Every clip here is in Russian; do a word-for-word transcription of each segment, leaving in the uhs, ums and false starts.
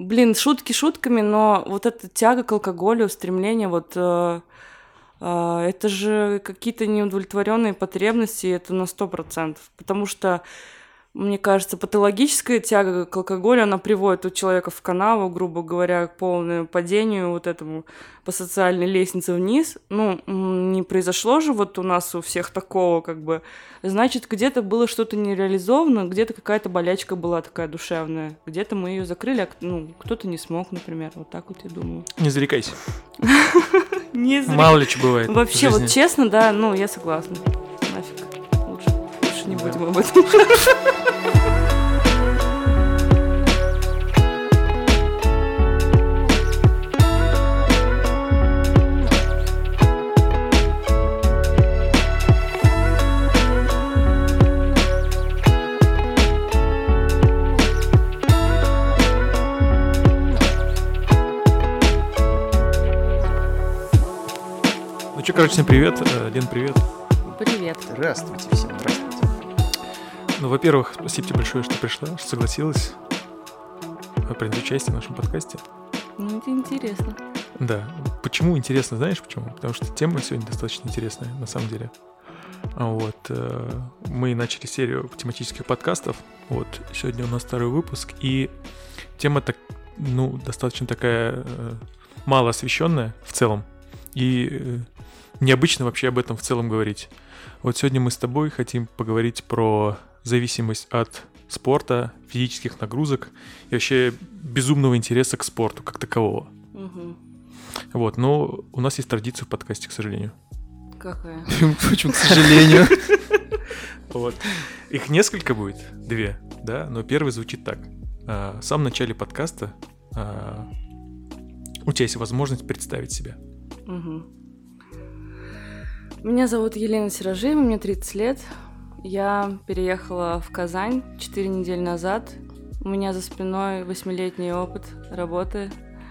блин, шутки шутками, но вот эта тяга к алкоголю, стремление, вот э, э, это же какие-то неудовлетворенные потребности, это на сто процентов. Потому что, мне кажется, патологическая тяга к алкоголю, она приводит у человека в канаву, грубо говоря, к полному падению вот этому по социальной лестнице вниз. Ну, не произошло же вот у нас у всех такого, как бы. Значит, где-то было что-то нереализовано, где-то какая-то болячка была такая душевная. Где-то мы ее закрыли, а ну, кто-то не смог, например. Вот так вот я думаю. Не зарекайся. Не зарекайся. Мало ли что бывает. Вообще, вот честно, да, ну, я согласна. Нафиг. Лучше, лучше не будем об этом. Ну что, короче, всем привет. Лен, привет. Привет. Здравствуйте всем, здравствуйте. Ну, во-первых, спасибо тебе большое, что пришла, что согласилась принять участие в нашем подкасте. Ну, это интересно. Да. Почему интересно, знаешь почему? Потому что тема сегодня достаточно интересная, на самом деле. Вот. Мы начали серию тематических подкастов. Вот. Сегодня у нас второй выпуск. И тема так, ну, достаточно такая мало освещенная в целом. И необычно вообще об этом в целом говорить. Вот сегодня мы с тобой хотим поговорить про зависимость от спорта, физических нагрузок и вообще безумного интереса к спорту как такового. Угу. Вот, но у нас есть традиция в подкасте, к сожалению. Какая? Почему, к сожалению? Вот. Их несколько будет, две, да, но первый звучит так. В самом начале подкаста у тебя есть возможность представить себя. Угу. Меня зовут Елена Сиражиева, мне тридцать лет. Я переехала в Казань четыре недели назад. У меня за спиной восьмилетний опыт работы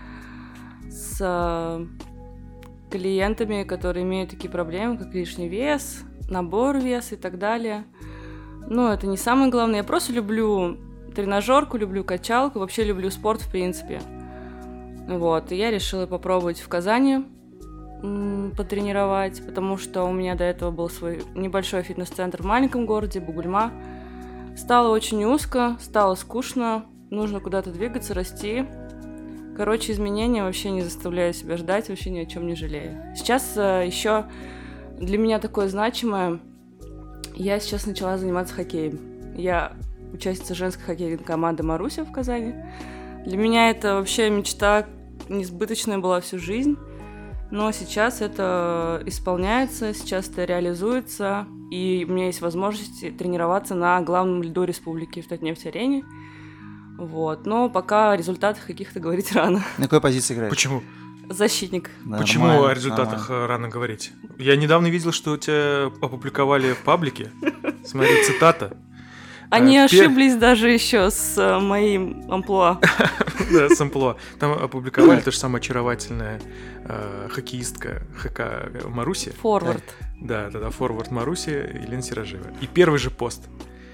с клиентами, которые имеют такие проблемы, как лишний вес, набор веса и так далее. Но это не самое главное. Я просто люблю тренажерку, люблю качалку, вообще люблю спорт в принципе. Вот, и я решила попробовать в Казани потренировать, потому что у меня до этого был свой небольшой фитнес-центр в маленьком городе, Бугульма. Стало очень узко, стало скучно, нужно куда-то двигаться, расти. Короче, изменения вообще не заставляю себя ждать, вообще ни о чем не жалею. Сейчас э, еще для меня такое значимое, я сейчас начала заниматься хоккеем. Я участница женской хоккейной команды «Маруся» в Казани. Для меня это вообще мечта несбыточная была всю жизнь. Но сейчас это исполняется, сейчас это реализуется, и у меня есть возможность тренироваться на главном льду республики в Татнефть-арене. Вот. Но пока о результатах каких-то говорить рано. На какой позиции играешь? Почему? Защитник. Нормально, Почему о результатах нормально. рано говорить? Я недавно видел, что у тебя опубликовали в паблике. Смотри, цитата. Они А, ошиблись пер... даже еще с а, моим амплуа. Да, с амплуа. Там опубликовали то же самое очаровательная э, хоккеистка ХК Маруси. Форвард. Да, да, да, форвард Маруси, Елена Сиражиева. И первый же пост.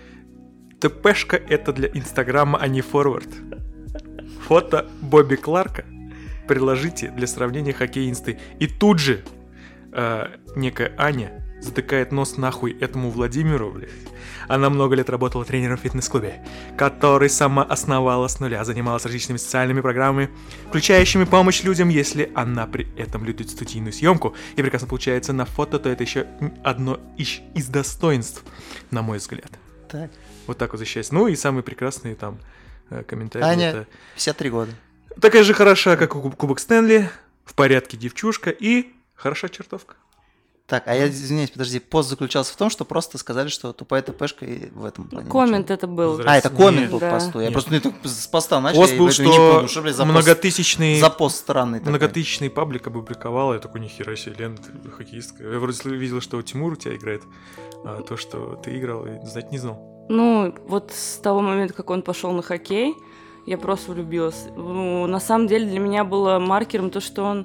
ТПшка это для Инстаграма, а не форвард. Фото Бобби Кларка приложите для сравнения хоккей-инсты. И тут же э, некая Аня затыкает нос нахуй этому Владимиру, блядь. Она много лет работала тренером в фитнес-клубе, который сама основала с нуля, занималась различными социальными программами, включающими помощь людям, если она при этом любит студийную съемку и прекрасно получается на фото, то это еще одно из, из достоинств, на мой взгляд. Так. Вот так вот защищаясь. Ну и самые прекрасные там комментарии. Аня, это... пятьдесят три года. Такая же хороша, как у Кубок Стэнли, в порядке девчушка и хороша чертовка. Так, а я извиняюсь, подожди, пост заключался в том, что просто сказали, что тупая ТПшка и в этом плане. Коммент ничего. это был. А, это коммент Нет, был да. к посту. Я Нет. просто ну, это с поста начал, Пост я был, поэтому не что помню, что, блядь, за пост, многотысячный, за пост странный такой. многотысячный паблик опубликовал, я такой, нихера себе, Лен, ты хоккеистка. Я вроде видел, что Тимур у тебя играет, а то, что ты играл, и знать не знал. Ну, вот с того момента, как он пошел на хоккей, я просто влюбилась. Ну, на самом деле для меня было маркером то, что он...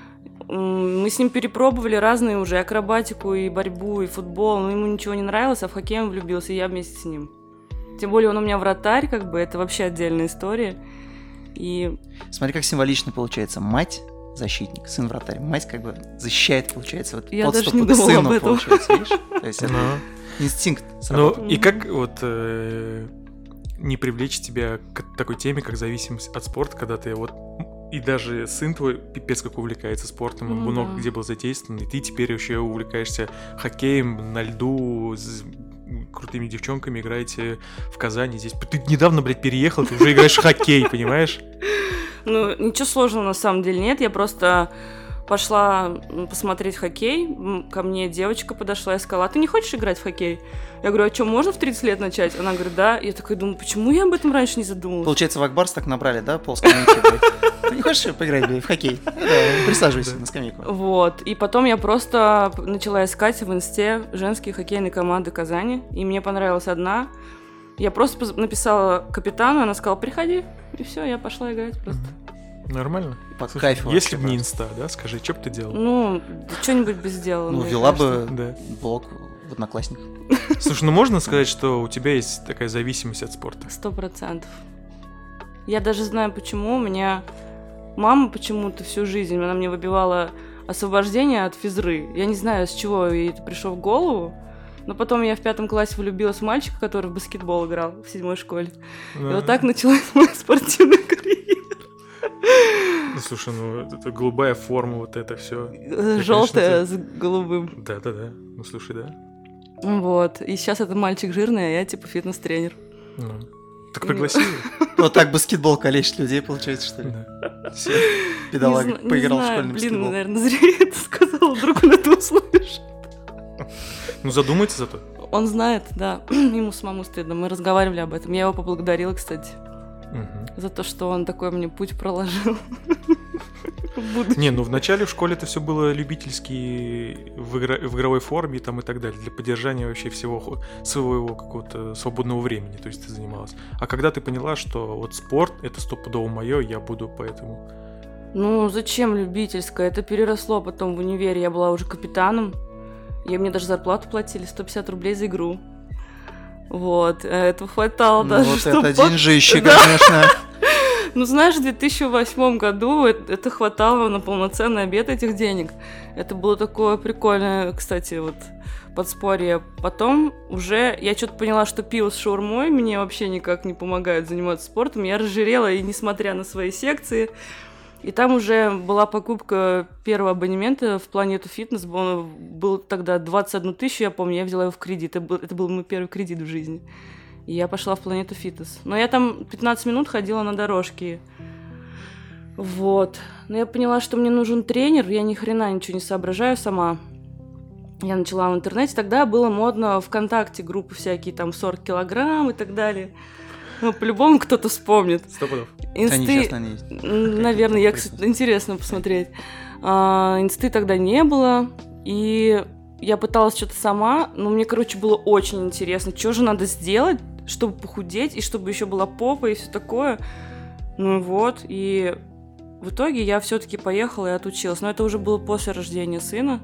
Мы с ним перепробовали разные уже акробатику, и борьбу, и футбол, но ему ничего не нравилось, а в хоккей он влюбился, и я вместе с ним. Тем более он у меня вратарь, как бы, это вообще отдельная история. И... Смотри, как символично получается. Мать – защитник, сын – вратарь. Мать как бы защищает, получается, вот Я даже подступы не к думала сыну, об этом. получается, видишь? То есть это Ну, инстинкт ну, сработал. и как вот э, не привлечь тебя к такой теме, как зависимость от спорта, когда ты вот и даже сын твой пипец как увлекается спортом, Ну много да. где был задействован, и ты теперь еще увлекаешься хоккеем на льду, с крутыми девчонками играете в Казани здесь. Ты недавно, блядь, переехал, ты уже играешь в хоккей, понимаешь? Ну, ничего сложного на самом деле нет. Я просто пошла м, посмотреть хоккей. М, Ко мне девочка подошла и сказала: а ты не хочешь играть в хоккей? Я говорю: а что, можно в тридцать лет начать? Она говорит: да. Я такая думаю: почему я об этом раньше не задумалась? Получается, в Акбарс так набрали, да, полскамейки, блядь? Ты не хочешь поиграть, блядь, в хоккей? Ну да, присаживайся на скамейку. Вот. И потом я просто начала искать в инсте женские хоккейные команды Казани. И мне понравилась одна. Я просто поз- написала капитану, она сказала: приходи. И все, я пошла играть просто. Нормально. По Слушай, кайфу если вообще бы не просто. инста, да, скажи, что бы ты делал? Ну, что-нибудь бы сделала. Ну, мне вела кажется. бы Да. блог в Одноклассниках. Слушай, ну можно сказать, что у тебя есть такая зависимость от спорта? Сто процентов. Я даже знаю, почему. У меня мама почему-то всю жизнь, она мне выбивала освобождение от физры. Я не знаю, с чего ей это пришло в голову. Но потом я в пятом классе влюбилась в мальчика, который в баскетбол играл в седьмой школе. И вот так началась моя спортивная карьера. Ну, слушай, ну это, это голубая форма, вот это все. Желтая с голубым. Да-да-да. Ну слушай, да. Вот. И сейчас это мальчик жирный, а я типа фитнес-тренер. Ну. Так пригласи его. Вот так баскетбол калечит людей, получается, что ли? Да. Все. Бедолага Не зна- не поиграл в знаю, школьный блин, баскетбол. наверное, зря я это сказала, вдруг он это услышит. Ну задумайся зато. Он знает, да, ему самому стыдно. Мы разговаривали об этом. Я его поблагодарила, кстати, Мгм. за то, что он такой мне путь проложил. В будущем. Не, ну в начале в школе это все было любительски в, игра- в игровой форме там и так далее, для поддержания вообще всего хо- своего какого-то свободного времени, то есть ты занималась. А когда ты поняла, что вот спорт это стопудово мое, я буду поэтому... Ну, зачем любительское? Это переросло потом в универе. Я была уже капитаном. И мне даже зарплату платили сто пятьдесят рублей за игру. Вот. Этого хватало Ну, даже, вот чтобы... это деньжище, Да. конечно. Ну, знаешь, в две тысячи восьмом году это, это хватало на полноценный обед этих денег. Это было такое прикольное, кстати, вот подспорье. Потом уже я что-то поняла, что пиво с шаурмой мне вообще никак не помогает заниматься спортом. Я разжирела, и несмотря на свои секции. И там уже была покупка первого абонемента в Планету Фитнес. Он был тогда двадцать одну тысячу, я помню, я взяла его в кредит. Это был, это был мой первый кредит в жизни. И я пошла в Планету Фитнес. Но я там пятнадцать минут ходила на дорожке. Вот. Но я поняла, что мне нужен тренер. Я ни хрена ничего не соображаю сама. Я начала в интернете. Тогда было модно ВКонтакте группы всякие, там сорок килограмм и так далее. Ну, по-любому кто-то вспомнит. Сто пудов. Они Инсты... сейчас на ней. М, Наверное, я, кстати, интересно посмотреть. А, инсты тогда не было. И я пыталась что-то сама, но мне, короче, было очень интересно, что же надо сделать, чтобы похудеть, и чтобы еще была попа и все такое. Ну вот, и в итоге я все-таки поехала и отучилась. Но это уже было после рождения сына.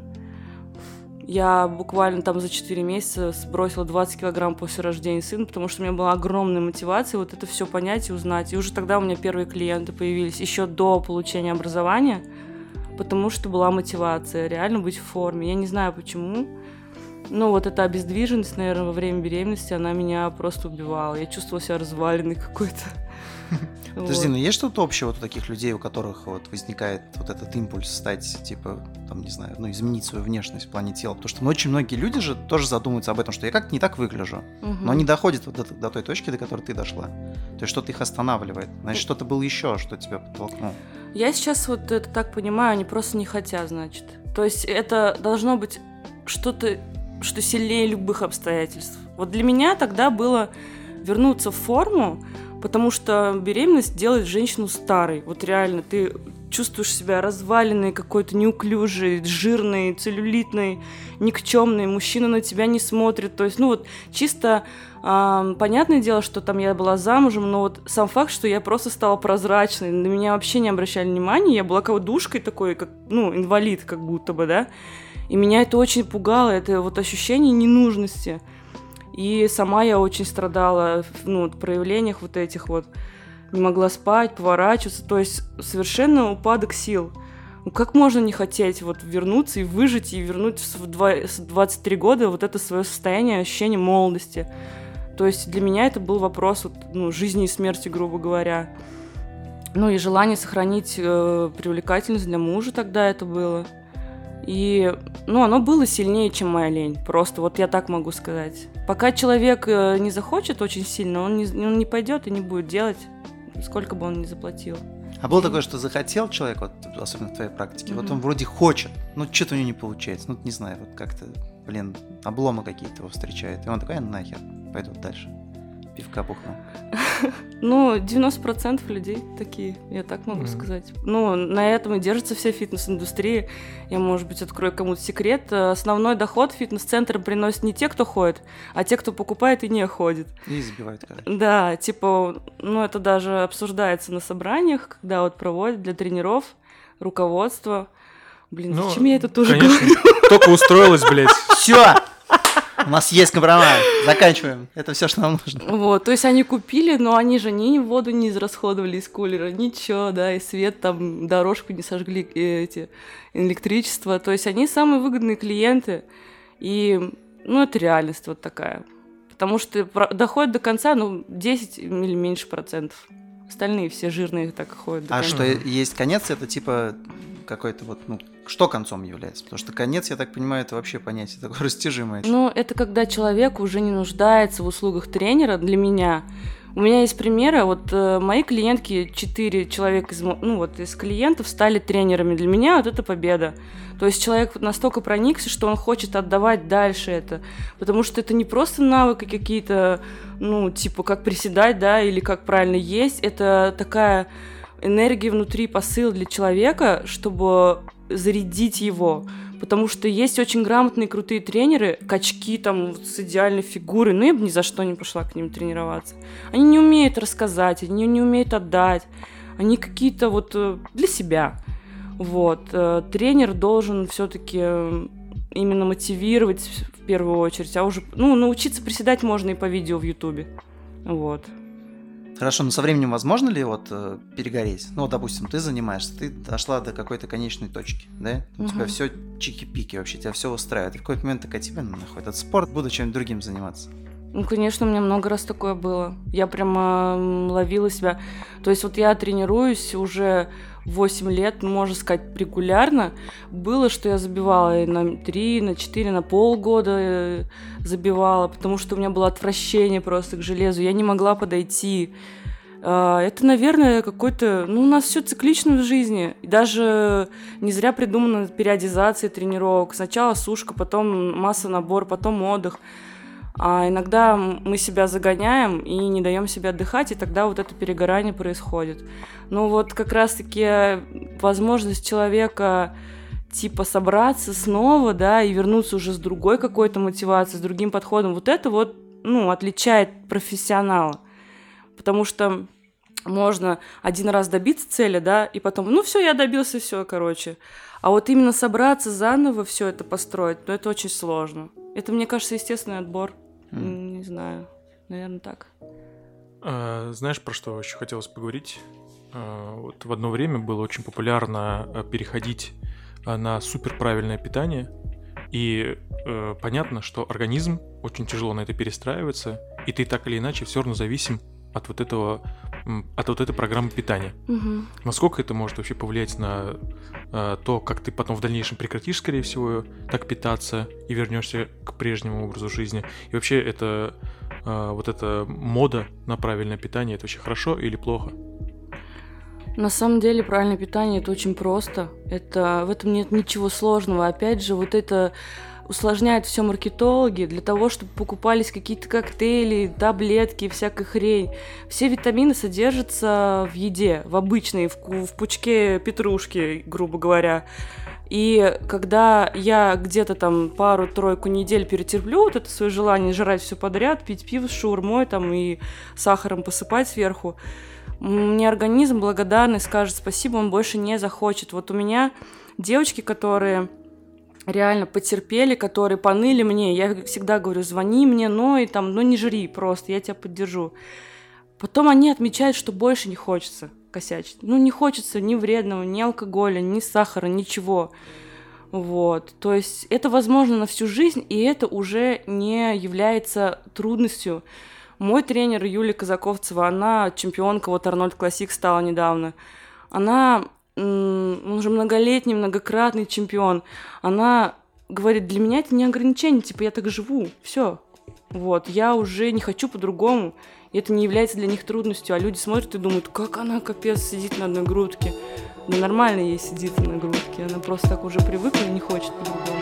Я буквально там за четыре месяца сбросила двадцать килограмм после рождения сына, потому что у меня была огромная мотивация вот это все понять и узнать. И уже тогда у меня первые клиенты появились, еще до получения образования, потому что была мотивация реально быть в форме. Я не знаю почему, но вот эта обездвиженность, наверное, во время беременности, она меня просто убивала. Я чувствовала себя разваленной какой-то. Подожди, Вот. ну есть что-то общее вот у таких людей, у которых вот возникает вот этот импульс стать, типа, там, не знаю, ну, изменить свою внешность в плане тела? Потому что ну, очень многие люди же тоже задумываются об этом, что я как-то не так выгляжу. Мгм. Но они доходят вот до, до той точки, до которой ты дошла. То есть что-то их останавливает. Значит, что-то было еще, что тебя подтолкнуло. Я сейчас вот это так понимаю, они просто не хотят, значит. То есть это должно быть что-то, что сильнее любых обстоятельств. Вот для меня тогда было вернуться в форму, потому что беременность делает женщину старой. Вот реально, ты чувствуешь себя разваленной, какой-то неуклюжей, жирной, целлюлитной, никчемной. Мужчина на тебя не смотрит. То есть, ну вот, чисто а, понятное дело, что там я была замужем, но вот сам факт, что я просто стала прозрачной, на меня вообще не обращали внимания. Я была как душкой такой, как, ну, инвалид как будто бы, да. И меня это очень пугало, это вот ощущение ненужности. И сама я очень страдала, ну, в проявлениях вот этих вот. не могла спать, поворачиваться, то есть совершенно упадок сил. Ну как можно не хотеть вот вернуться и выжить, и вернуть в двадцать три года вот это свое состояние, ощущение молодости. То есть для меня это был вопрос вот, ну, жизни и смерти, грубо говоря. Ну и желание сохранить э, привлекательность для мужа тогда это было. И, ну, оно было сильнее, чем моя лень. Просто вот я так могу сказать. Пока человек э, не захочет очень сильно, он не, он не пойдет и не будет делать, сколько бы он ни заплатил. А было такое, что захотел человек, вот, особенно в твоей практике, mm-hmm. вот он вроде хочет, но что-то у него не получается, ну, не знаю, вот как-то, блин, обломы какие-то его встречают, и он такой, а нахер, пойду дальше, пивка бухну. Ну, девяносто процентов людей такие, я так могу mm-hmm. сказать. Ну, на этом и держится вся фитнес-индустрия. Я, может быть, открою кому-то секрет. Основной доход фитнес-центра приносит не те, кто ходит, а те, кто покупает и не ходит. И забивают, короче. Да, типа, ну, это даже обсуждается на собраниях, когда вот проводят для тренеров, руководство. Блин, ну, зачем я это тоже конечно. говорю? Только устроилась, блядь. Все! У нас есть компромат. Заканчиваем. Это все, что нам нужно. Вот, то есть они купили, но они же ни воду не израсходовали из кулера, ничего, да, и свет там, дорожку не сожгли, эти, электричество. То есть они самые выгодные клиенты. И, ну, это реальность вот такая. Потому что доходит до конца, ну, десять или меньше процентов. Остальные все жирные так и ходят до а конца. А что, есть конец, это типа какой-то вот, ну, что концом является? Потому что конец, я так понимаю, это вообще понятие такое растяжимое. Ну, это когда человек уже не нуждается в услугах тренера для меня. У меня есть примеры, вот э, мои клиентки, четыре человека из, ну, вот, из клиентов стали тренерами. Для меня вот это победа. То есть человек настолько проникся, что он хочет отдавать дальше это. Потому что это не просто навыки какие-то, ну, типа, как приседать, да, или как правильно есть. Это такая энергия внутри, посыл для человека, чтобы зарядить его. Потому что есть очень грамотные, крутые тренеры, качки там с идеальной фигурой, но я бы ни за что не пошла к ним тренироваться. Они не умеют рассказать, они не умеют отдать, они какие-то вот для себя. Вот. Тренер должен все-таки именно мотивировать в первую очередь, а уже, ну, научиться приседать можно и по видео в Ютубе. Вот. Хорошо, но со временем возможно ли вот э, перегореть? Ну, вот, допустим, ты занимаешься, ты дошла до какой-то конечной точки, да? У uh-huh. тебя все чики-пики вообще, тебя все устраивает. И в какой-то момент такая, тебе нахуй этот спорт, буду чем-нибудь другим заниматься. Ну, конечно, у меня много раз такое было. Я прямо ловила себя. То есть вот я тренируюсь уже восемь лет, можно сказать, регулярно. Было, что я забивала и на три, на четыре, на полгода забивала, потому что у меня было отвращение просто к железу. Я не могла подойти. Это, наверное, какой-то... Ну, у нас все циклично в жизни. И даже не зря придумана периодизация тренировок. Сначала сушка, потом масса-набор, потом отдых. А иногда мы себя загоняем и не даем себе отдыхать, и тогда вот это перегорание происходит. Ну вот как раз-таки возможность человека типа собраться снова, да, и вернуться уже с другой какой-то мотивацией, с другим подходом, вот это вот, ну, отличает профессионала. Потому что можно один раз добиться цели, да, и потом, ну все, я добился, все, короче. А вот именно собраться заново, все это построить, ну это очень сложно. Это, мне кажется, естественный отбор. Mm. Не знаю, наверное, так. А, знаешь, про что еще хотелось поговорить? А, вот в одно время было очень популярно переходить на суперправильное питание, и э, понятно, что организм очень тяжело на это перестраивается, и ты так или иначе все равно зависим от вот этого, от вот этой программы питания. Угу. Насколько это может вообще повлиять на э, то, как ты потом в дальнейшем прекратишь, скорее всего, так питаться и вернешься к прежнему образу жизни? И вообще это э, вот эта мода на правильное питание, это вообще хорошо или плохо? На самом деле правильное питание это очень просто. Это, в этом нет ничего сложного. Опять же, вот это усложняют все маркетологи для того, чтобы покупались какие-то коктейли, таблетки, всякая хрень. Все витамины содержатся в еде, в обычной, в, в пучке петрушки, грубо говоря. И когда я где-то там пару-тройку недель перетерплю вот это свое желание жрать все подряд, пить пиво с шаурмой там, и сахаром посыпать сверху, мне организм благодарный скажет спасибо, он больше не захочет. Вот у меня девочки, которые реально потерпели, которые поныли мне. Я всегда говорю, звони мне, но и там, ну не жри просто, я тебя поддержу. Потом они отмечают, что больше не хочется косячить. Ну, не хочется ни вредного, ни алкоголя, ни сахара, ничего. Вот. То есть это возможно на всю жизнь, и это уже не является трудностью. Мой тренер Юлия Казаковцева, она чемпионка, вот Арнольд Классик стала недавно. Она м- уже многолетний, многократный чемпион. Она говорит, для меня это не ограничение, типа я так живу, все. Вот, я уже не хочу по-другому. И это не является для них трудностью, а люди смотрят и думают, как она, капец, сидит на одной грудке. Да нормально ей сидит на грудке, она просто так уже привыкла и не хочет по-другому.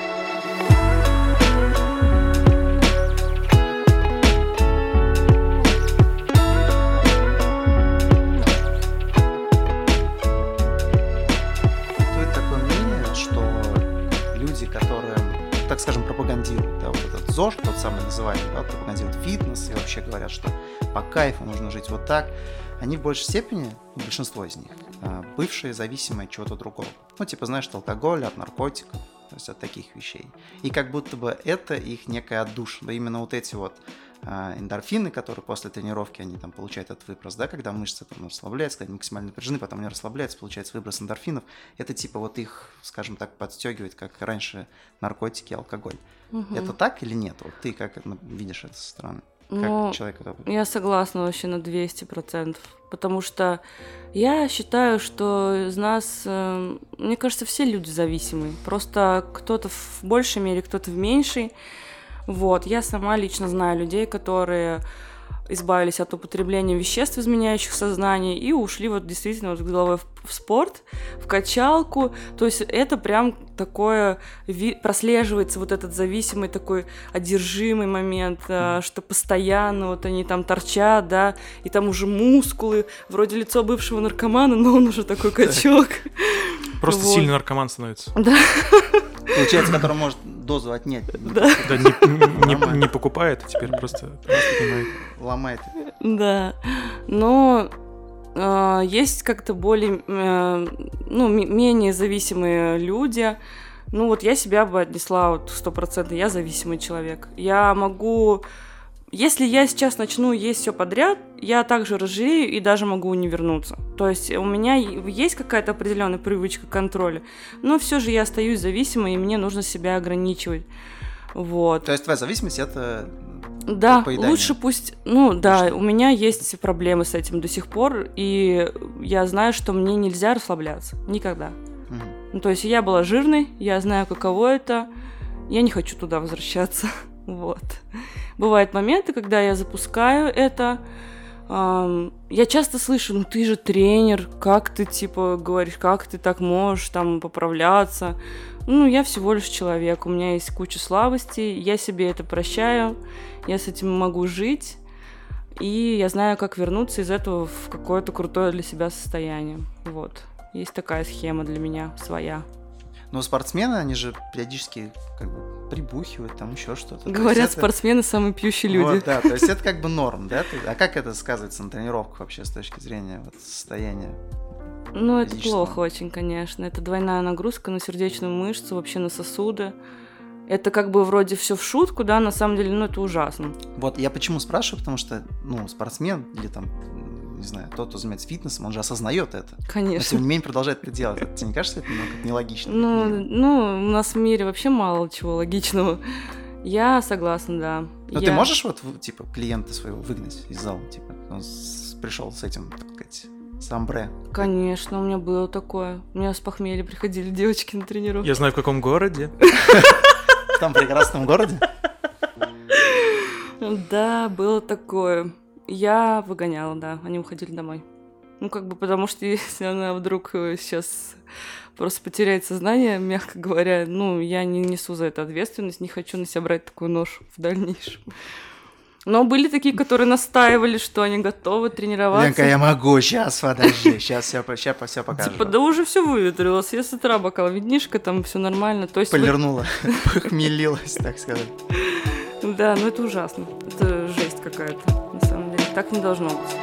Существует такое мнение, что люди, которые, так скажем, пропагандируют, да, вот этот ЗОЖ, тот самый называемый, да, пропагандируют фитнес и вообще говорят, что по кайфу нужно жить вот так, они в большей степени, большинство из них, бывшие зависимые от чего-то другого. Ну, типа, знаешь, от алкоголя, от наркотиков, то есть от таких вещей. И как будто бы это их некая отдушина. Именно вот эти вот э, эндорфины, которые после тренировки они там получают этот выброс, да, когда мышцы там расслабляются, когда они максимально напряжены, потом они расслабляются, получается выброс эндорфинов. Это типа вот их, скажем так, подстегивает, как раньше наркотики, алкоголь. Угу. Это так или нет? Вот ты как видишь это со стороны? Как ну, человек, который... Я согласна вообще на двести процентов, потому что я считаю, что из нас, э, мне кажется, все люди зависимые, просто кто-то в большей мере, кто-то в меньшей. Вот, я сама лично знаю людей, которые избавились от употребления веществ, изменяющих сознание, и ушли вот действительно вот с головой в, в спорт, в качалку. То есть это прям такое, ви- прослеживается вот этот зависимый такой одержимый момент, mm. что постоянно вот они там торчат, да, и там уже мускулы, вроде лицо бывшего наркомана, но он уже такой качок. Просто вот. Сильный наркоман становится. Да. Получается, который может дозу отнять. Да, да не, не, не покупает, а теперь просто, просто ломает. Да, но э, есть как-то более, э, ну, м- менее зависимые люди. Ну вот я себя бы отнесла вот сто процентов, я зависимый человек. Я могу... Если я сейчас начну есть все подряд, я также разжирею и даже могу не вернуться. То есть у меня есть какая-то определенная привычка контроля, но все же я остаюсь зависимой, и мне нужно себя ограничивать. Вот. То есть твоя зависимость — это да, поедание? Лучше пусть... Ну да, что? У меня есть проблемы с этим до сих пор, и я знаю, что мне нельзя расслабляться. Никогда. Угу. Ну, то есть я была жирной, я знаю, каково это, я не хочу туда возвращаться. Вот. Бывают моменты, когда я запускаю это, эм, я часто слышу, ну ты же тренер, как ты, типа, говоришь, как ты так можешь там поправляться? Ну, я всего лишь человек, у меня есть куча слабостей, я себе это прощаю, я с этим могу жить, и я знаю, как вернуться из этого в какое-то крутое для себя состояние. Вот. Есть такая схема для меня своя. Но спортсмены, они же периодически как бы прибухивают, там еще что-то. Говорят, это... спортсмены самые пьющие люди. Вот, да, то есть это как бы норм, да? А как это сказывается на тренировках вообще с точки зрения вот, состояния? Ну, это плохо очень, конечно. Это двойная нагрузка на сердечную мышцу, вообще на сосуды. Это как бы вроде все в шутку, да, на самом деле, ну, это ужасно. Вот, я почему спрашиваю, потому что, ну, спортсмен или там, не знаю, тот, кто занимается фитнесом, он же осознает это. Конечно. Но тем не менее продолжает это делать. Это, тебе не кажется, это немного нелогично? Ну, ну, у нас в мире вообще мало чего логичного. Я согласна, да. Но я... ты можешь вот, типа, клиента своего выгнать из зала? Типа, он с... пришел с этим, так сказать, с амбре? Конечно, у меня было такое. У меня с похмелья приходили девочки на тренировку. Я знаю, в каком городе. В том прекрасном городе? Да, было такое. Я выгоняла, да, они уходили домой. Ну, как бы, потому что если она вдруг сейчас просто потеряет сознание, мягко говоря, ну, я не несу за это ответственность, не хочу на себя брать такую ношу в дальнейшем. Но были такие, которые настаивали, что они готовы тренироваться. Ленка, я могу, сейчас, подожди, сейчас все, сейчас все покажу. Типа, да уже все выветрилось, я с утра бокал винишко, там все нормально. То есть полирнула, вы... похмелилась, так сказать. Да, ну это ужасно, это жесть какая-то, на самом деле, так не должно быть.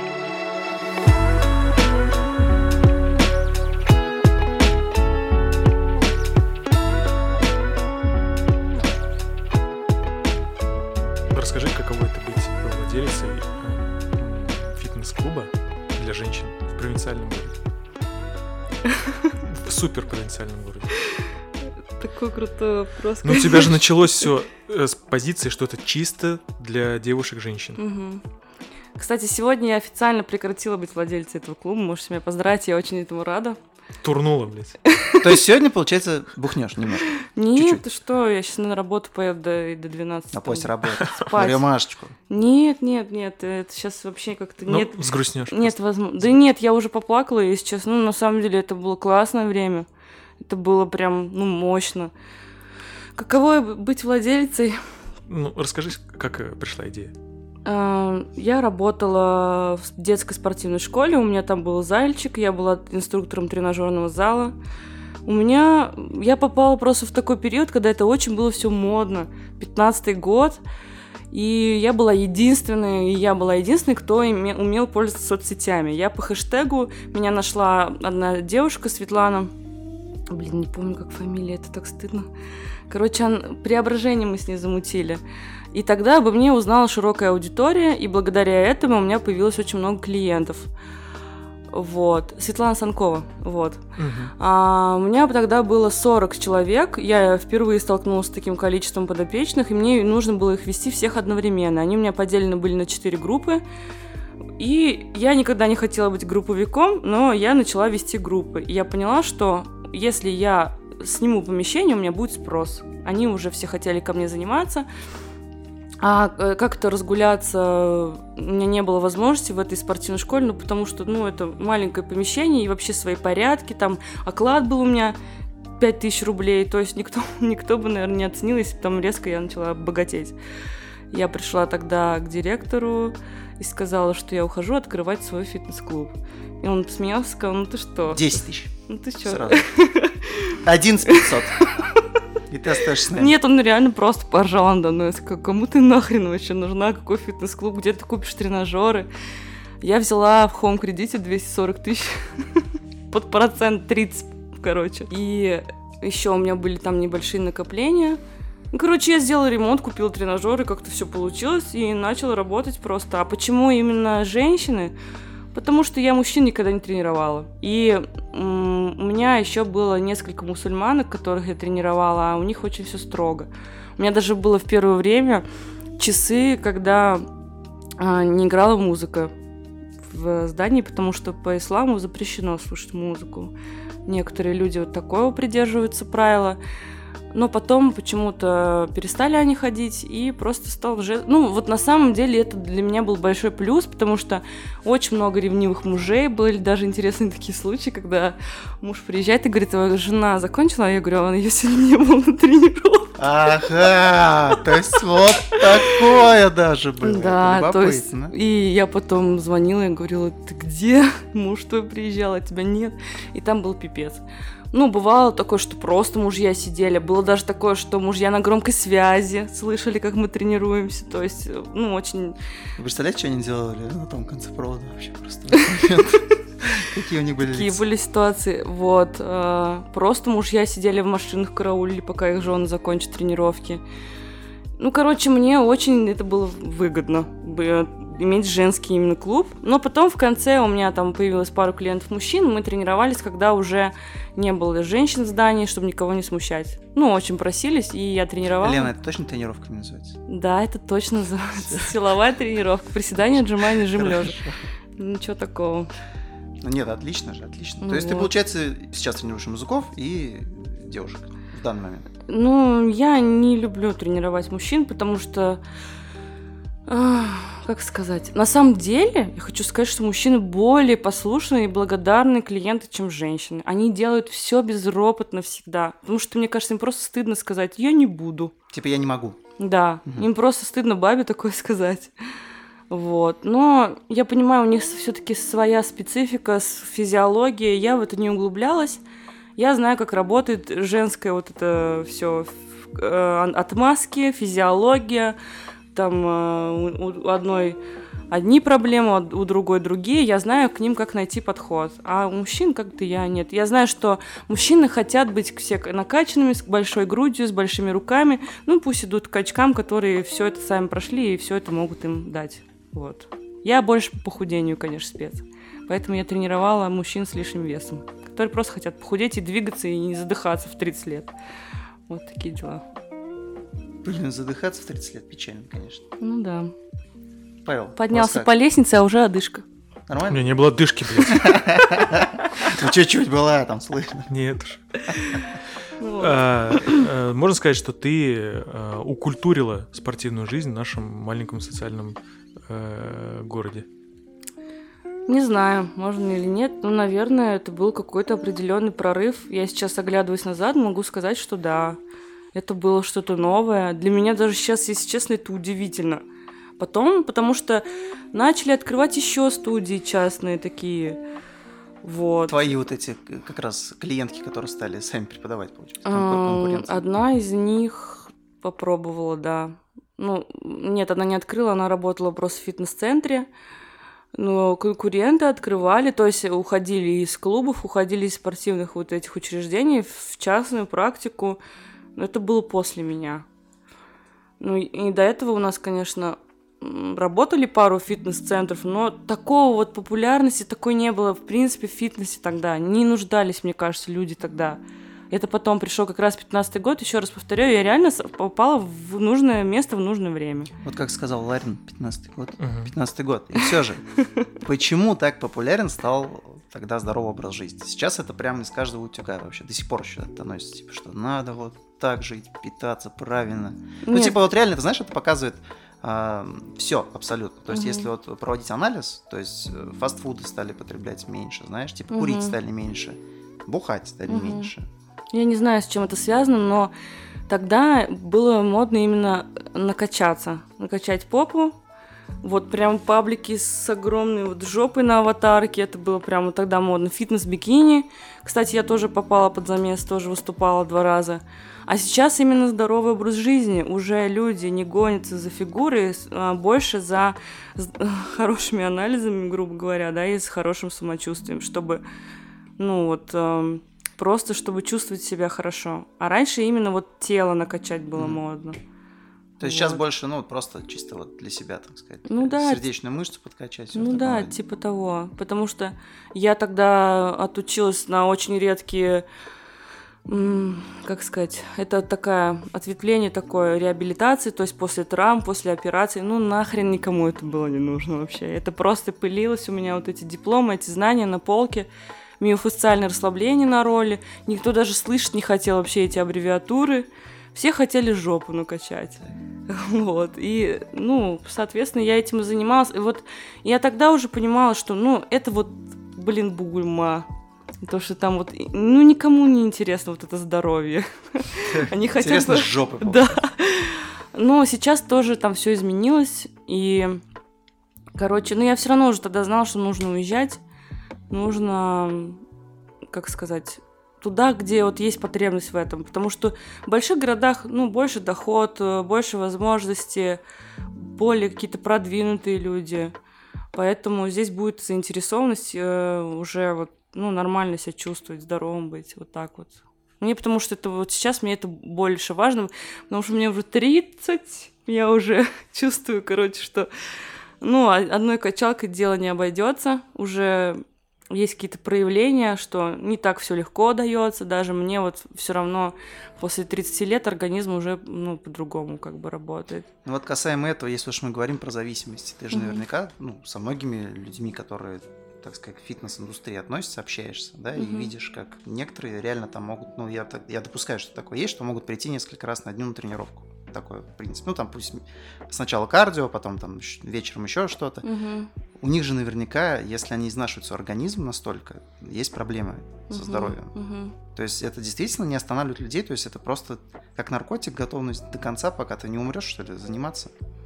Расскажи, каково это быть владелицей В супер провинциальном городе. Такой крутой вопрос. Ну, у тебя же началось все с позиции, что это чисто для девушек-женщин. Угу. Кстати, сегодня я официально прекратила быть владельцей этого клуба. Можешь меня поздравить, я очень этому рада. Турнула, блядь. То есть сегодня, получается, бухнешь немножко? Нет, Чуть-чуть. ты что, я сейчас на работу поеду до, до двенадцати. А после работы? Спать. Рюмашечку. Нет, нет, нет, это сейчас вообще как-то Ну, нет. сгрустнешь. Нет, возможно. Да нет, я уже поплакала, если честно. Ну, на самом деле, это было классное время. Это было прям, ну, мощно. Каково быть владельцей? Ну, расскажи, как э, пришла идея. Я работала в детской спортивной школе, у меня там был зальчик, я была инструктором тренажерного зала. У меня... Я попала просто в такой период, когда это очень было все модно. пятнадцатый год, и я была единственной, и я была единственной, кто име, умел пользоваться соцсетями. Я по хэштегу, меня нашла одна девушка, Светлана. Блин, не помню, как фамилия, это так стыдно. Короче, он... преображение мы с ней замутили. И тогда обо мне узнала широкая аудитория, и благодаря этому у меня появилось очень много клиентов. Вот. Светлана Санкова. Вот. Угу. А, у меня тогда было сорок человек. Я впервые столкнулась с таким количеством подопечных, и мне нужно было их вести всех одновременно. Они у меня поделены были на четыре группы. И я никогда не хотела быть групповиком, но я начала вести группы. И я поняла, что если я сниму помещение, у меня будет спрос. Они уже все хотели ко мне заниматься. А как-то разгуляться у меня не было возможности в этой спортивной школе, ну, потому что, ну, это маленькое помещение и вообще свои порядки, там оклад был у меня пять тысяч рублей, то есть никто, никто бы, наверное, не оценил, если бы там резко я начала богатеть. Я пришла тогда к директору и сказала, что я ухожу открывать свой фитнес-клуб. И он посмеялся, сказал, ну ты что? десять тысяч. Ну ты что? Сразу. одиннадцать пятьсот. И ты остаешься с нами. Нет, он реально просто поржал надо мной. Я сказала, кому ты нахрен вообще нужна? Какой фитнес-клуб? Где ты купишь тренажеры? Я взяла в хоум-кредите двести сорок тысяч под процент тридцать, короче. И еще у меня были там небольшие накопления. Ну, короче, я сделала ремонт, купила тренажеры, как-то все получилось и начала работать просто. А почему именно женщины? Потому что я мужчин никогда не тренировала. И м- у меня еще было несколько мусульманок, которых я тренировала, а у них очень все строго. У меня даже было в первое время часы, когда а, не играла музыка в здании, потому что по исламу запрещено слушать музыку. Некоторые люди вот такого придерживаются правила. Но потом почему-то перестали они ходить, и просто стал же... Ну, вот на самом деле это для меня был большой плюс, потому что очень много ревнивых мужей. Были даже интересные такие случаи, когда муж приезжает и говорит, твоя жена закончила? А я говорю, а ее сегодня не было на тренировке. Ага, то есть вот такое даже было. Да, то есть... И я потом звонила и говорила, ты где? Муж твой приезжал, а тебя нет. И там был пипец. Ну, бывало такое, что просто мужья сидели. Было даже такое, что мужья на громкой связи слышали, как мы тренируемся. То есть, ну, очень... Вы представляете, что они делали на том конце провода вообще просто? Какие у них были лица? Какие были ситуации. Вот. Просто мужья сидели в машинах, караулили, пока их жены закончат тренировки. Ну, короче, мне очень это было выгодно, иметь женский именно клуб. Но потом в конце у меня там появилось пару клиентов-мужчин, мы тренировались, когда уже не было женщин в здании, чтобы никого не смущать. Ну, очень просились, и я тренировала. Лена, это точно тренировками называется? Да, это точно называется. Силовая тренировка, приседания, отжимания, жим лежа. Ничего такого. Ну нет, отлично же, отлично. Ну То есть вот. ты, получается, сейчас тренируешь и мужиков, и девушек в данный момент? Ну, я не люблю тренировать мужчин, потому что... Ах, как сказать? На самом деле, я хочу сказать, что мужчины более послушные и благодарные клиенты, чем женщины. Они делают все безропотно всегда. Потому что, мне кажется, им просто стыдно сказать «я не буду». Типа я не могу. Да, Угу. им просто стыдно бабе такое сказать. Вот. Но я понимаю, у них все-таки своя специфика, физиология. Я в это не углублялась. Я знаю, как работает женское вот это все отмазки, физиология. Там у одной одни проблемы, у другой другие. Я знаю к ним, как найти подход. А у мужчин как-то я нет. Я знаю, что мужчины хотят быть все накачанными, с большой грудью, с большими руками. Ну, пусть идут к качкам, которые все это сами прошли и все это могут им дать. Вот. Я больше по похудению, конечно, спец. Поэтому я тренировала мужчин с лишним весом. которые просто хотят похудеть и двигаться, и не задыхаться в тридцать лет. Вот такие дела. Блин, задыхаться в тридцать лет печально, конечно. Ну да. Павел, поднялся по лестнице, а уже одышка. Нормально? У меня не было одышки, блядь. Ну, чуть-чуть была, там слышно. Нет уж. Можно сказать, что ты укультурила спортивную жизнь в нашем маленьком социальном городе? Не знаю, можно или нет, но, наверное, это был какой-то определенный прорыв. Я сейчас, оглядываясь назад, могу сказать, что да, это было что-то новое. Для меня даже сейчас, если честно, это удивительно. Потом, потому что начали открывать еще студии частные такие. Вот. Твои вот эти как раз клиентки, которые стали сами преподавать, получается? А, одна из них попробовала, да. Ну, нет, она не открыла, она работала просто в фитнес-центре. Но конкуренты открывали, то есть уходили из клубов, уходили из спортивных вот этих учреждений в частную практику. Но это было после меня. Ну и до этого у нас, конечно, работали пару фитнес-центров, но такого вот популярности такой не было, в принципе, в фитнесе тогда. Не нуждались, мне кажется, люди тогда. Это потом пришел как раз пятнадцатый год, еще раз повторю, я реально попала в нужное место в нужное время. Вот как сказал Ларин, пятнадцатый год. пятнадцатый год. И все же, почему так популярен стал тогда здоровый образ жизни? Сейчас это прямо из каждого утюга вообще. До сих пор еще относится, типа, что надо вот так жить, питаться правильно. Нет. Ну, типа, вот реально, ты знаешь, это показывает а, все абсолютно. То есть, угу. если вот проводить анализ, то есть фастфуды стали потреблять меньше, знаешь, типа, курить угу. стали меньше, бухать стали угу. меньше. Я не знаю, с чем это связано, но тогда было модно именно накачаться, накачать попу. Вот прям паблики с огромной вот жопой на аватарке, это было прямо тогда модно. Фитнес-бикини. Кстати, я тоже попала под замес, тоже выступала два раза. А сейчас именно здоровый образ жизни. Уже люди не гонятся за фигурой, а больше за хорошими анализами, грубо говоря, да, и с хорошим самочувствием, чтобы, ну вот... Просто чтобы чувствовать себя хорошо. А раньше именно вот тело накачать было mm. модно. То есть вот. Сейчас больше, ну, просто чисто вот для себя, так сказать. Ну да. Сердечную мышцу подкачать. Ну да, роде. Типа того. Потому что я тогда отучилась на очень редкие, как сказать, это такая ответвление такое реабилитации, то есть после травм, после операции. Ну нахрен никому это было не нужно вообще. Это просто пылилось у меня вот эти дипломы, эти знания на полке. Миофасциальное расслабление на роли. Никто даже слышать не хотел вообще эти аббревиатуры. Все хотели жопу накачать. Вот. И, ну, соответственно, я этим и занималась. И вот я тогда уже понимала, что, ну, это вот, блин, бугульма. То, что там вот, ну, никому не интересно вот это здоровье. Они хотят... Интересно жопы. Да. Но сейчас тоже там все изменилось. И, короче, ну, я все равно уже тогда знала, что нужно уезжать. Нужно, как сказать, туда, где вот есть потребность в этом. Потому что в больших городах, ну, больше доход, больше возможностей, более какие-то продвинутые люди. Поэтому здесь будет заинтересованность э, уже вот, ну, нормально себя чувствовать, здоровым быть, вот так вот. Мне потому что это вот сейчас мне это больше важно, потому что мне уже тридцать, я уже чувствую, короче, что, ну, одной качалкой дело не обойдется, уже... Есть какие-то проявления, что не так все легко дается. Даже мне вот все равно после тридцати лет организм уже, ну, по-другому как бы работает. Ну вот касаемо этого, если уж мы говорим про зависимости, ты же mm-hmm. наверняка, ну, со многими людьми, которые, так сказать, к фитнес-индустрии относятся, общаешься, да, mm-hmm. и видишь, как некоторые реально там могут, ну, я, я допускаю, что такое есть, что могут прийти несколько раз на дню на тренировку. Такой принцип. Ну, там пусть сначала кардио, потом там вечером еще что-то. Угу. У них же наверняка, если они изнашивают свой организм настолько, есть проблемы угу. со здоровьем. Угу. То есть это действительно не останавливает людей, то есть это просто как наркотик, готовность до конца, пока ты не умрешь, что ли, заниматься.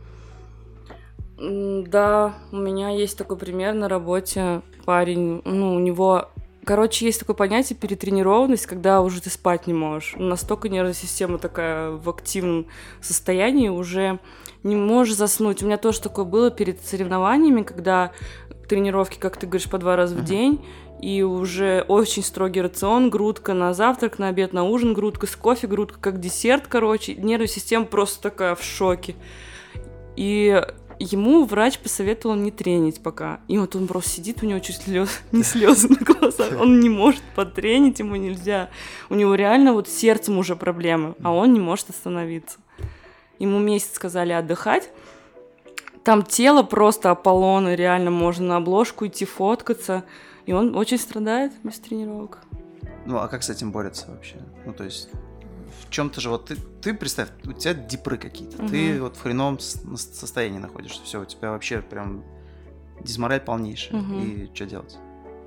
Да, у меня есть такой пример на работе. Парень, ну, у него... Короче, есть такое понятие перетренированность, когда уже ты спать не можешь. Настолько нервная система такая в активном состоянии, уже не можешь заснуть. У меня тоже такое было перед соревнованиями, когда тренировки, как ты говоришь, по два раза в день, и уже очень строгий рацион, грудка на завтрак, на обед, на ужин, грудка с кофе, грудка как десерт, короче. Нервная система просто такая в шоке. И ему врач посоветовал не тренить пока. И вот он просто сидит, у него чуть слез, не слезы на глазах. Он не может потренить, ему нельзя. У него реально вот с сердцем уже проблемы, а он не может остановиться. Ему месяц сказали отдыхать. Там тело просто Аполлон, и реально можно на обложку идти фоткаться. И он очень страдает без тренировок. Ну, а как с этим борется вообще? Ну, то есть, в чем-то же, вот ты, ты представь, у тебя дипры какие-то, угу. ты вот в хреновом состоянии находишься, все, у тебя вообще прям дизмораль полнейшая, угу. и что делать?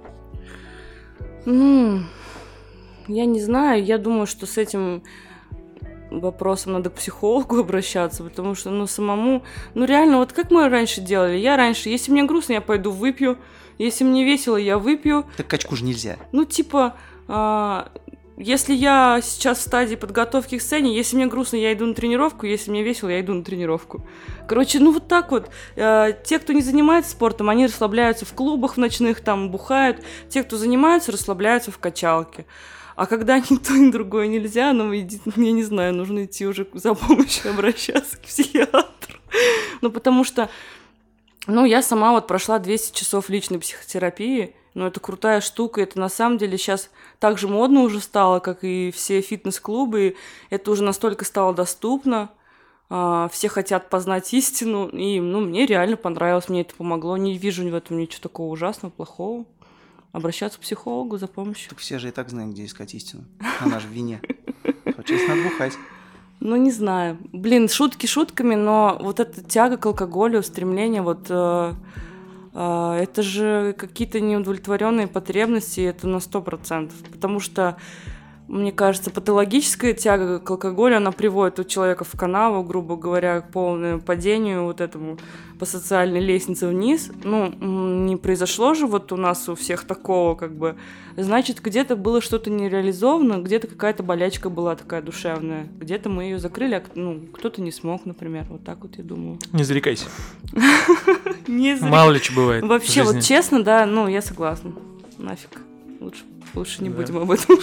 Ну, я не знаю, я думаю, что с этим вопросом надо к психологу обращаться, потому что, ну, самому, ну, реально, вот как мы раньше делали, я раньше, если мне грустно, я пойду выпью, если мне весело, я выпью. Так качку же нельзя. Ну, типа, а, если я сейчас в стадии подготовки к сцене, если мне грустно, я иду на тренировку, если мне весело, я иду на тренировку. Короче, ну, вот так вот. А, те, кто не занимается спортом, они расслабляются в клубах в ночных, там, бухают. Те, кто занимается, расслабляются в качалке. А когда ни то, ни другое нельзя, ну, я не знаю, нужно идти уже за помощью, обращаться к психиатру. Ну, потому что, ну, я сама вот прошла двести часов личной психотерапии, ну, это крутая штука, это на самом деле сейчас так же модно уже стало, как и все фитнес-клубы, это уже настолько стало доступно, все хотят познать истину, и, ну, мне реально понравилось, мне это помогло, не вижу в этом ничего такого ужасного, плохого. Обращаться к психологу за помощью. Так все же и так знают, где искать истину. На нашей вине. Хочется надо бухать. Ну, не знаю. Блин, шутки шутками, но вот эта тяга к алкоголю, стремление, вот э, э, это же какие-то неудовлетворенные потребности, это на сто процентов. Потому что, мне кажется, патологическая тяга к алкоголю, она приводит у человека в канаву, грубо говоря, к полному падению вот этому по социальной лестнице вниз. Ну, не произошло же вот у нас у всех такого, как бы, значит, где-то было что-то нереализовано, где-то какая-то болячка была такая душевная, где-то мы ее закрыли, а ну, кто-то не смог, например, вот так вот я думаю. Не зарекайся. Не зарекайся. Мало ли что бывает. Вообще, вот честно, да, ну, я согласна. Нафиг. Лучше, лучше не будем об этом.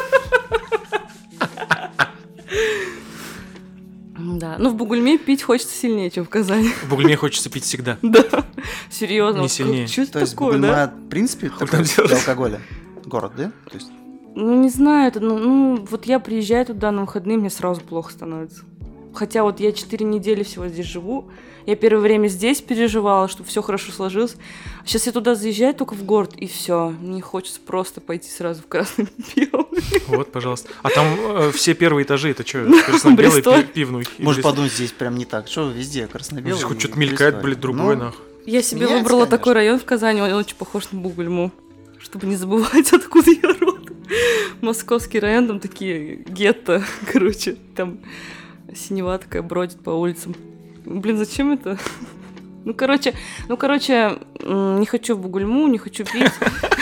Да, ну в Бугульме пить хочется сильнее, чем в Казани. В Бугульме хочется пить всегда. Да, серьезно. Не сильнее. Что То есть такое, Бугульма, да? в принципе, такой для алкоголя город, да? То есть... Ну, не знаю, это, ну, ну, вот я приезжаю туда на выходные, мне сразу плохо становится. Хотя вот я четыре недели всего здесь живу. Я первое время здесь переживала, чтобы все хорошо сложилось. Сейчас я туда заезжаю только в город, и все. Мне хочется просто пойти сразу в красный белый. Вот, пожалуйста. А там э, все первые этажи, это что, красно-белый пи- пивный? Может подумать, здесь прям не так. Что везде красно-белый? Здесь хоть что-то мелькает, блин, другой, нахуй. Я себе выбрала такой район в Казани, он очень похож на Бугульму. Чтобы не забывать, откуда я родом. Московский район, там такие гетто, короче, там синева такая бродит по улицам. Блин, зачем это? Ну, короче, ну, короче, не хочу в Бугульму, не хочу пить.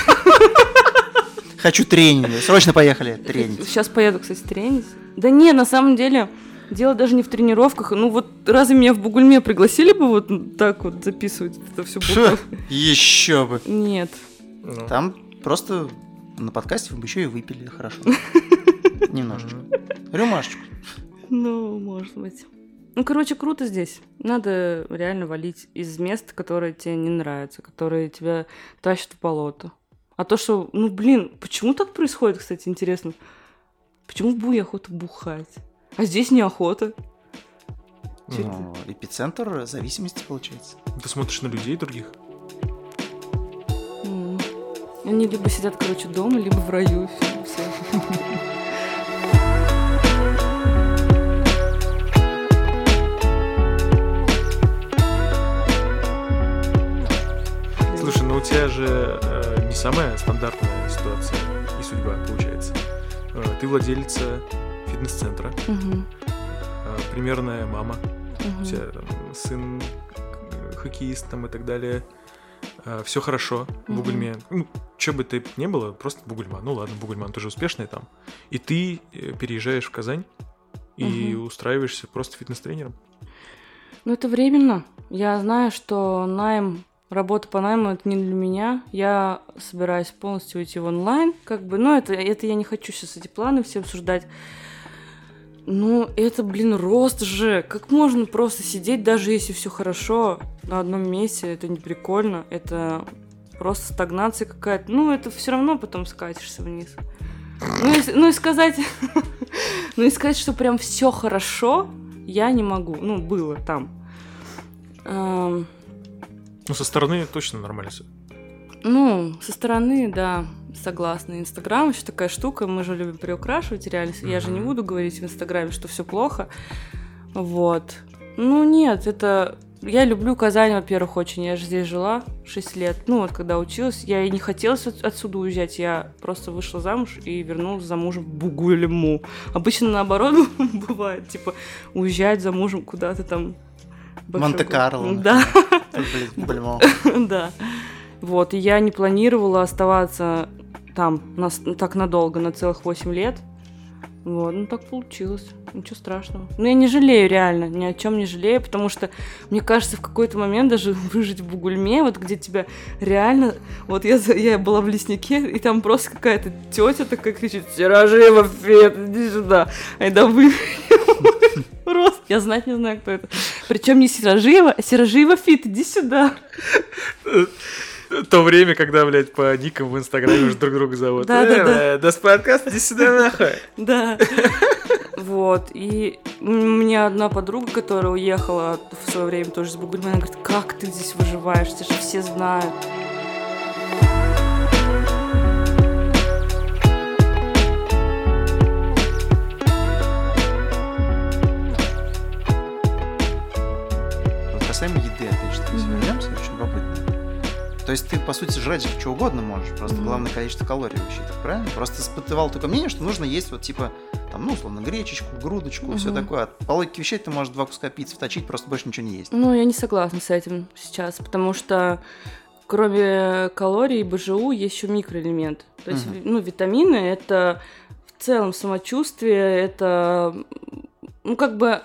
Хочу тренинг. Срочно поехали. Тренинг. Сейчас поеду, кстати, тренить. Да не, на самом деле, дело даже не в тренировках. Ну, вот разве меня в Бугульме пригласили бы вот так вот записывать это все будто? Еще бы. Нет. Там просто на подкасте вы бы еще и выпили хорошо. Немножечко. Рюмашечку. Ну, может быть. Ну, короче, круто здесь. Надо реально валить из мест, которые тебе не нравятся, которые тебя тащат в болото. А то, что, ну, блин, почему так происходит, кстати, интересно? Почему в Буе охота бухать? А здесь не охота. Ну, эпицентр зависимости получается. Ты смотришь на людей других? Mm. Они либо сидят, короче, дома, либо в раю. Все. Слушай, ну у тебя же э, не самая стандартная ситуация и судьба получается. Э, ты владелица фитнес-центра, Угу. э, примерная мама, Угу. у тебя там сын хоккеист там, и так далее. Э, все хорошо в Бугульме. Ну, что бы ты ни было, просто Бугульма. Ну ладно, Бугульма, он тоже успешный там. И ты э, переезжаешь в Казань и Угу. устраиваешься просто фитнес-тренером. Ну, это временно. Я знаю, что найм, работа по найму — это не для меня. Я собираюсь полностью уйти в онлайн, как бы. Но это, это я не хочу сейчас эти планы все обсуждать. Ну, это, блин, рост же. Как можно просто сидеть, даже если все хорошо, на одном месте? Это не прикольно. Это просто стагнация какая-то. Ну, это все равно потом скатишься вниз. Ну, и, ну и сказать... ну и сказать, что прям все хорошо, я не могу. Ну, было там. Эм... Ну, со стороны точно нормально все. Ну, со стороны, да, согласна. Инстаграм еще такая штука, мы же любим приукрашивать реальность. Mm-hmm. Я же не буду говорить в Инстаграме, что все плохо. Вот. Ну, нет, это... Я люблю Казань, во-первых, очень. Я же здесь жила шесть лет. Ну, вот когда училась, я и не хотела отсюда уезжать. Я просто вышла замуж и вернулась за мужем в Бугульму. Обычно наоборот бывает, типа, уезжать за мужем куда-то там... Монте-Карло. Да. Бугульму. Да. Вот, и я не планировала оставаться там на, так надолго, на целых восемь лет. Вот, ну так получилось. Ничего страшного. Но я не жалею реально, ни о чем не жалею, потому что, мне кажется, в какой-то момент даже выжить в Бугульме, вот где тебя реально... Вот я, я была в леснике, и там просто какая-то тетя такая кричит: «Сиражиева, Фет, иди сюда!» Айда вы... Просто. Я знать не знаю, кто это. Причем не Сиражиева, а Сиражиева Фит, иди сюда. То время, когда, блядь, по никам в Инстаграме уже друг друга зовут. Да, да, да. Да с подкаст, иди сюда нахуй. Да. Вот. И у меня одна подруга, которая уехала в свое время тоже с Бугульмы, она говорит: «Как ты здесь выживаешь? Тебя же все знают». Касаемо еды, опять же, если вернемся, очень любопытно. То есть ты, по сути, жрать что угодно можешь, просто mm-hmm. главное количество калорий высчитать, правильно? Просто испытывал такое мнение, что нужно есть вот типа, там, ну, условно, гречечку, грудочку, mm-hmm. все такое. По логике вещей ты можешь два куска пиццы вточить, просто больше ничего не есть. Ну, я не согласна с этим сейчас, потому что кроме калорий и БЖУ есть еще микроэлементы. То есть, mm-hmm. ну, витамины — это в целом самочувствие, это, ну, как бы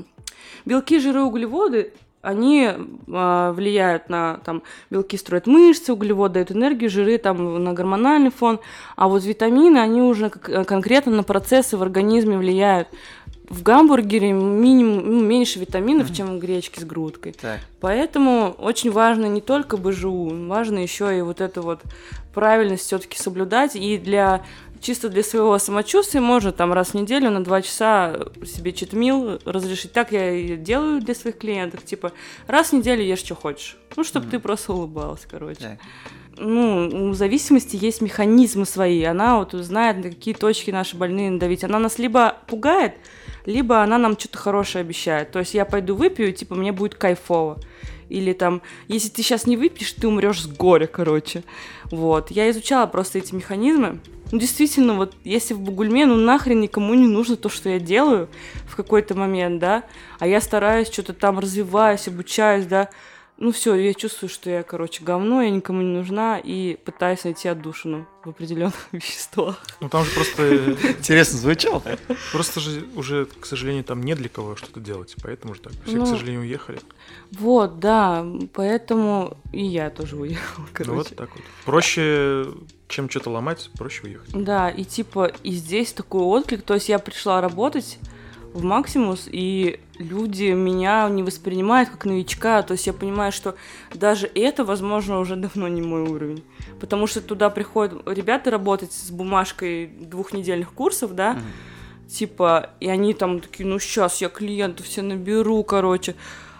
белки, жиры, углеводы, они э, влияют на, там, белки строят мышцы, углеводы дают энергию, жиры там на гормональный фон, а вот витамины, они уже к- конкретно на процессы в организме влияют. В гамбургере минимум, ну, меньше витаминов, mm-hmm. чем в гречке с грудкой. Так. Поэтому очень важно не только БЖУ, важно еще и вот эту вот правильность все-таки соблюдать. И для чисто для своего самочувствия можно там раз в неделю на два часа себе читмил разрешить. Так я и делаю для своих клиентов. Типа, раз в неделю ешь, что хочешь. Ну, чтобы mm-hmm. ты просто улыбалась, короче. Yeah. Ну, у зависимости есть механизмы свои. Она вот знает, на какие точки наши больные надавить. Она нас либо пугает, либо она нам что-то хорошее обещает. То есть я пойду выпью, и, типа, мне будет кайфово. Или там, если ты сейчас не выпьешь, ты умрешь с горя, короче. Вот. Я изучала просто эти механизмы. Ну, действительно, вот если в Бугульме, ну, нахрен никому не нужно то, что я делаю в какой-то момент, да, а я стараюсь, что-то там развиваюсь, обучаюсь, да, ну, все, я чувствую, что я, короче, говно, я никому не нужна, и пытаюсь найти отдушину в определенных веществах. Ну, там же просто... Интересно звучало. Просто же уже, к сожалению, там не для кого что-то делать, поэтому же так. Все, к сожалению, уехали. Вот, да, поэтому и я тоже уехала, короче. Ну, вот так вот. Проще, чем что-то ломать, проще уехать. Да, и типа, и здесь такой отклик, то есть я пришла работать в Максимус, и люди меня не воспринимают как новичка, то есть я понимаю, что даже это, возможно, уже давно не мой уровень, потому что туда приходят ребята работать с бумажкой двухнедельных курсов, да, mm-hmm. типа, и они там такие: ну сейчас я клиентов все наберу, короче,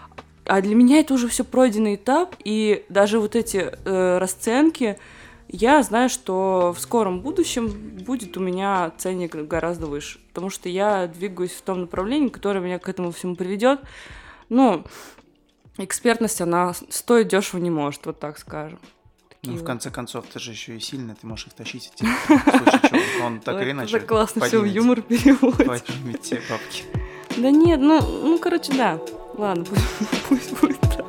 а для меня это уже все пройденный этап, и даже вот эти э, расценки, я знаю, что в скором будущем будет у меня ценник гораздо выше, потому что я двигаюсь в том направлении, которое меня к этому всему приведет. Ну, экспертность, она стоит дешево не может, вот так скажем. Ну, в конце концов, ты же еще и сильный, ты можешь их тащить, и в случае чего, он так или иначе это классно все в юмор переводит. Поднимет те бабки. Да нет, ну, ну, короче, да. Ладно, пусть, пусть будет так.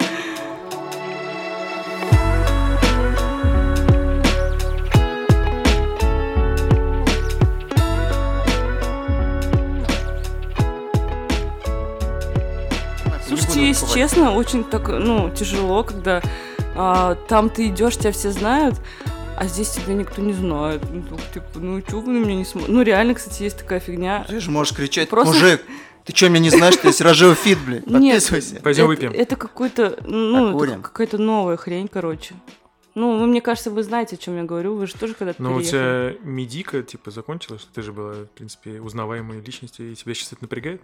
Слушайте, если честно, очень так, ну, тяжело, когда а, там ты идешь, тебя все знают, А здесь тебя никто не знает. Ну, типа, ну чё вы на меня не смотрите? Ну, реально, кстати, есть такая фигня. Ты же можешь кричать, Просто- мужик, ты чё, меня не знаешь, что я Сиражева Фит, блядь? Подписывайся. Пойдем это, выпьем. Это какой-то, ну, это Покурим. какая-то новая хрень, короче. Ну, вы, мне кажется, вы знаете, о чем я говорю. Вы же тоже когда-то Но у переехали. тебя медика, типа, закончилась, что ты же была, в принципе, узнаваемой личностью, и тебя сейчас это напрягает?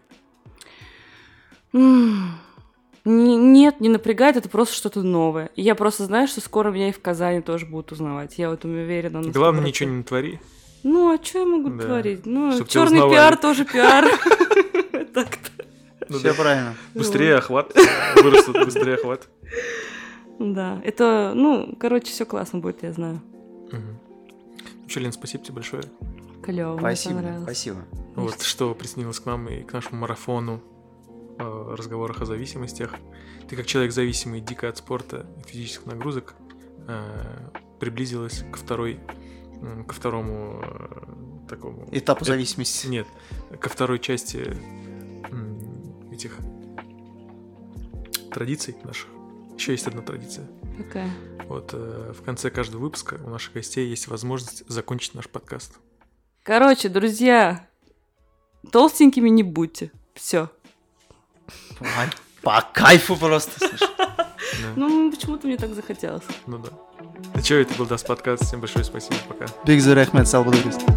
М, не- Нет, не напрягает, это просто что-то новое. И я просто знаю, что скоро меня и в Казани тоже будут узнавать. Я в этом уверена. на Главное, сто ничего не процентов. натвори. Ну, а что я могу Да. творить? Ну, Чтоб тебя черный узнавали. пиар тоже пиар. Так-то. Ну Все да. правильно. Быстрее охват. Вырастут быстрее охват. Да, это, ну, короче, все классно будет, я знаю. Мгм. Ну что, Лен, спасибо тебе большое. Клево, мне Спасибо, понравилось. спасибо. Вот что присоединилась к нам и к нашему марафону о разговорах о зависимостях. Ты как человек зависимый дико от спорта и физических нагрузок э, приблизилась ко второй, м, ко второму э, такому... Этапу э, зависимости. Нет, ко второй части м, этих традиций наших. Еще есть одна традиция. Какая? Вот э, в конце каждого выпуска у наших гостей есть возможность закончить наш подкаст. Короче, друзья, толстенькими не будьте. Все. Ай, по кайфу просто, слушай. Да. Ну, почему-то мне так захотелось. Ну да. Ну что, это был Das подкаст. Всем большое спасибо. Пока. Биг Зур Ахмед, Салбудурис.